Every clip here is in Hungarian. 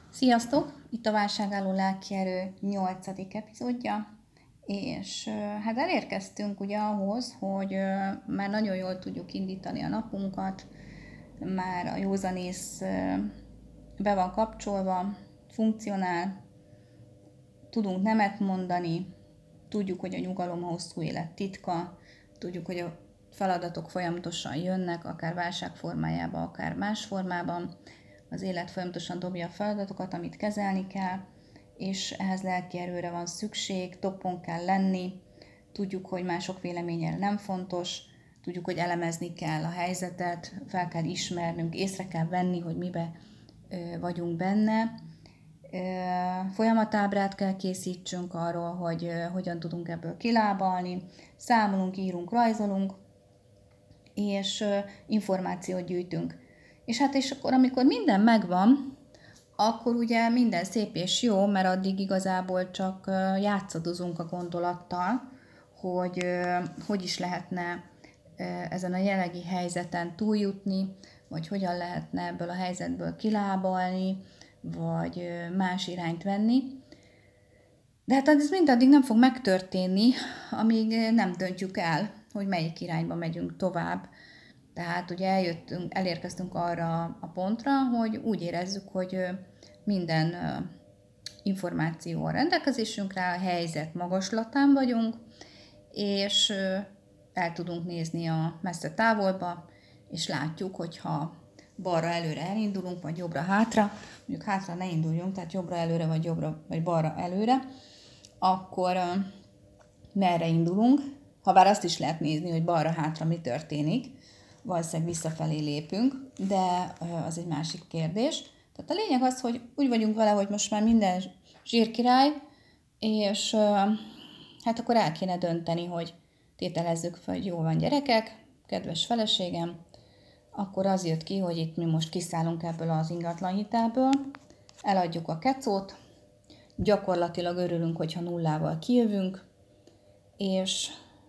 Sziasztok! Itt a Válságálló Lelkierő 8. epizódja, és hát elérkeztünk ugye ahhoz, hogy már nagyon jól tudjuk indítani a napunkat, már a józanész be van kapcsolva, funkcionál, tudunk nemet mondani, tudjuk, hogy a nyugalom a hosszú élet titka, tudjuk, hogy a feladatok folyamatosan jönnek, akár válság formájában, akár más formában. Az élet folyamatosan dobja a feladatokat, amit kezelni kell, és ehhez lelki erőre van szükség, toppon kell lenni, tudjuk, hogy mások véleménye nem fontos, tudjuk, hogy elemezni kell a helyzetet, fel kell ismernünk, észre kell venni, hogy mibe vagyunk benne. Folyamatábrát kell készítsünk arról, hogy hogyan tudunk ebből kilábalni, számolunk, írunk, rajzolunk, és információt gyűjtünk. És akkor, amikor minden megvan, akkor ugye minden szép és jó, mert addig igazából csak játszadozunk a gondolattal, hogy is lehetne ezen a jelenlegi helyzeten túljutni, vagy hogyan lehetne ebből a helyzetből kilábalni, vagy más irányt venni. De hát ez mindaddig nem fog megtörténni, amíg nem döntjük el, hogy melyik irányba megyünk tovább. Tehát ugye elérkeztünk arra a pontra, hogy úgy érezzük, hogy minden információ a rendelkezésünkre, a helyzet magaslatán vagyunk, és el tudunk nézni a messze távolba, és látjuk, hogyha balra előre elindulunk, vagy jobbra hátra, mondjuk hátra ne induljunk, tehát jobbra előre, vagy jobbra, vagy balra előre, akkor merre indulunk, ha bár azt is lehet nézni, hogy balra hátra mi történik, valószínűleg visszafelé lépünk, de az egy másik kérdés. Tehát a lényeg az, hogy úgy vagyunk vele, hogy most már minden zsírkirály, és hát akkor el kéne dönteni, hogy tételezzük fel, hogy jó van gyerekek, kedves feleségem, akkor az jött ki, hogy itt mi most kiszállunk ebből az ingatlan hitelből, eladjuk a kecót, gyakorlatilag örülünk, hogyha nullával kijövünk, és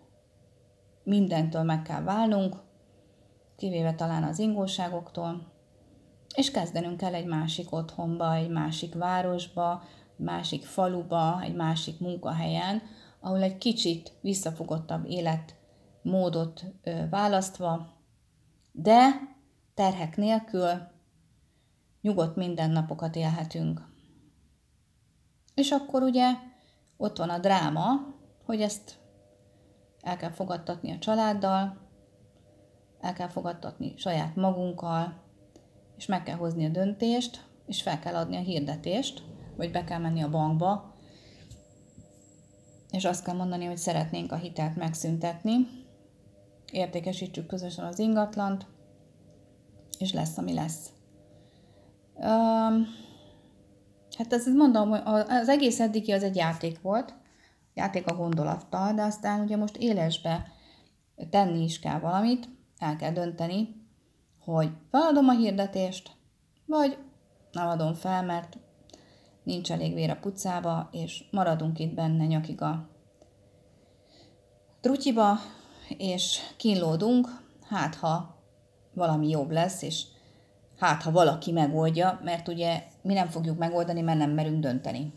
mindentől meg kell válnunk, kivéve talán az ingóságoktól, és kezdenünk kell egy másik otthonba, egy másik városba, egy másik faluba, egy másik munkahelyen, ahol egy kicsit visszafogottabb életmódot választva, de terhek nélkül nyugodt mindennapokat élhetünk. És akkor ugye ott van a dráma, hogy ezt el kell fogadtatni a családdal, el kell fogadtatni saját magunkkal, és meg kell hozni a döntést, és fel kell adni a hirdetést, vagy be kell menni a bankba, és azt kell mondani, hogy szeretnénk a hitelt megszüntetni, értékesítsük közösen az ingatlant, és lesz, ami lesz. Hát ezt mondom, hogy az egész eddigi az egy játék volt, játék a gondolattal, de aztán ugye most élesbe tenni is kell valamit, el kell dönteni, hogy feladom a hirdetést, vagy nem adom fel, mert nincs elég vér a pucába, és maradunk itt benne nyakig a trutyiba, és kínlódunk, hát ha valami jobb lesz, és hát ha valaki megoldja, mert ugye mi nem fogjuk megoldani, mert nem merünk dönteni.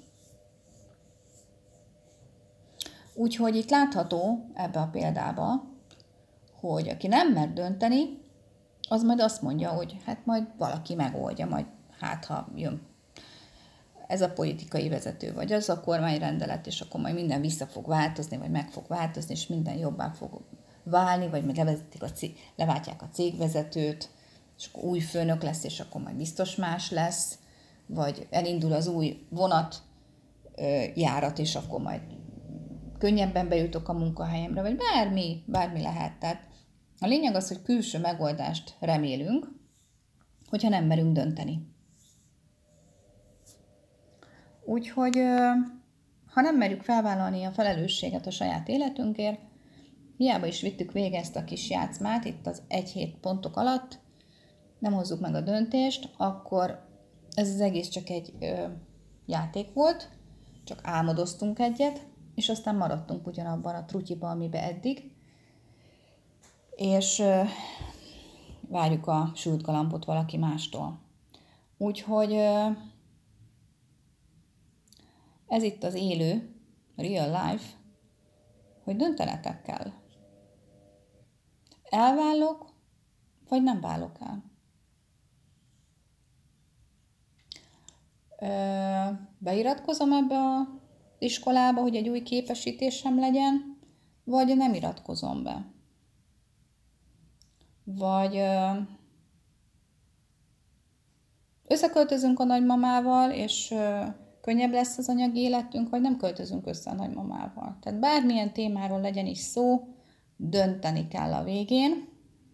Úgyhogy itt látható ebbe a példába, hogy aki nem mer dönteni, az majd azt mondja, hogy hát majd valaki megoldja, majd hát ha jön ez a politikai vezető, vagy az a kormányrendelet, és akkor majd minden vissza fog változni, vagy meg fog változni, és minden jobbá fog válni, vagy meg leváltják a cégvezetőt, és akkor új főnök lesz, és akkor majd biztos más lesz, vagy elindul az új vonat járat, és akkor majd könnyebben bejutok a munkahelyemre, vagy bármi lehet. Tehát a lényeg az, hogy külső megoldást remélünk, hogyha nem merünk dönteni. Úgyhogy ha nem merjük felvállalni a felelősséget a saját életünkért, hiába is vittük végig ezt a kis játszmát itt az 1-7 pontok alatt, nem hozzuk meg a döntést, akkor ez az egész csak egy játék volt, csak álmodoztunk egyet, és aztán maradtunk ugyanabban a trutyiban, amiben eddig, és várjuk a sült galambot valaki mástól. Úgyhogy ez itt az élő, real life, hogy döntenetek kell. Elválok, vagy nem válok el. Beiratkozom ebbe az iskolába, hogy egy új képesítésem legyen, vagy nem iratkozom be. Vagy összeköltözünk a nagymamával, és könnyebb lesz az anyagi életünk, vagy nem költözünk össze a nagymamával. Tehát bármilyen témáról legyen is szó, dönteni kell a végén.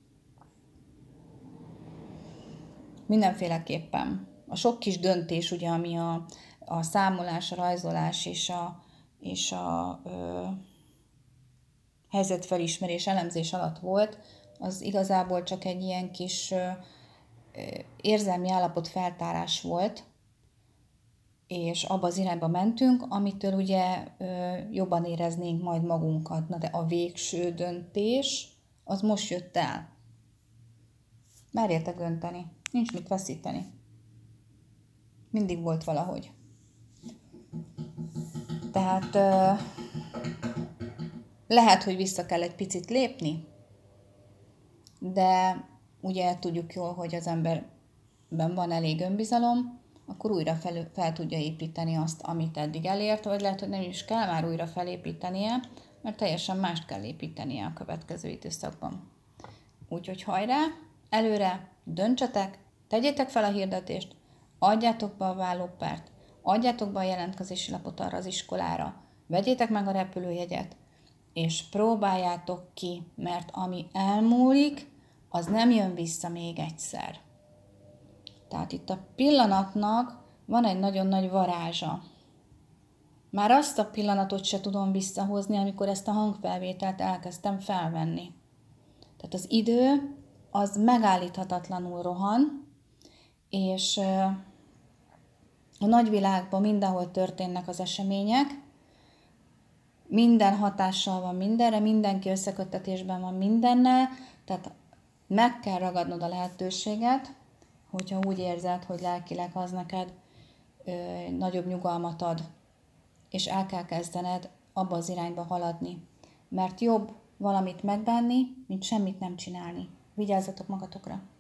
Mindenféleképpen. A sok kis döntés, ugye, ami a számolás, a rajzolás és a helyzetfelismerés, elemzés alatt volt, az igazából csak egy ilyen kis érzelmi állapot feltárás volt, és abba az irányba mentünk, amitől ugye jobban éreznénk majd magunkat. Na de a végső döntés, az most jött el. Merjetek dönteni. Nincs mit veszíteni. Mindig volt valahogy. Tehát lehet, hogy vissza kell egy picit lépni, de ugye tudjuk jól, hogy az emberben van elég önbizalom, akkor újra fel tudja építeni azt, amit eddig elért, vagy lehet, hogy nem is kell már újra felépítenie, mert teljesen mást kell építenie a következő időszakban. Úgyhogy hajrá, előre, döntsetek, tegyétek fel a hirdetést, adjátok be a vállópárt, adjátok be a jelentkezési lapot arra az iskolára, vegyétek meg a repülőjegyet, és próbáljátok ki, mert ami elmúlik, az nem jön vissza még egyszer. Tehát itt a pillanatnak van egy nagyon nagy varázsa. Már azt a pillanatot se tudom visszahozni, amikor ezt a hangfelvételt elkezdtem felvenni. Tehát az idő az megállíthatatlanul rohan, és a nagyvilágban mindenhol történnek az események, minden hatással van mindenre, mindenki összeköttetésben van mindennel, tehát meg kell ragadnod a lehetőséget, hogyha úgy érzed, hogy lelkileg az neked nagyobb nyugalmat ad, és el kell kezdened abba az irányba haladni. Mert jobb valamit megbánni, mint semmit nem csinálni. Vigyázzatok magatokra!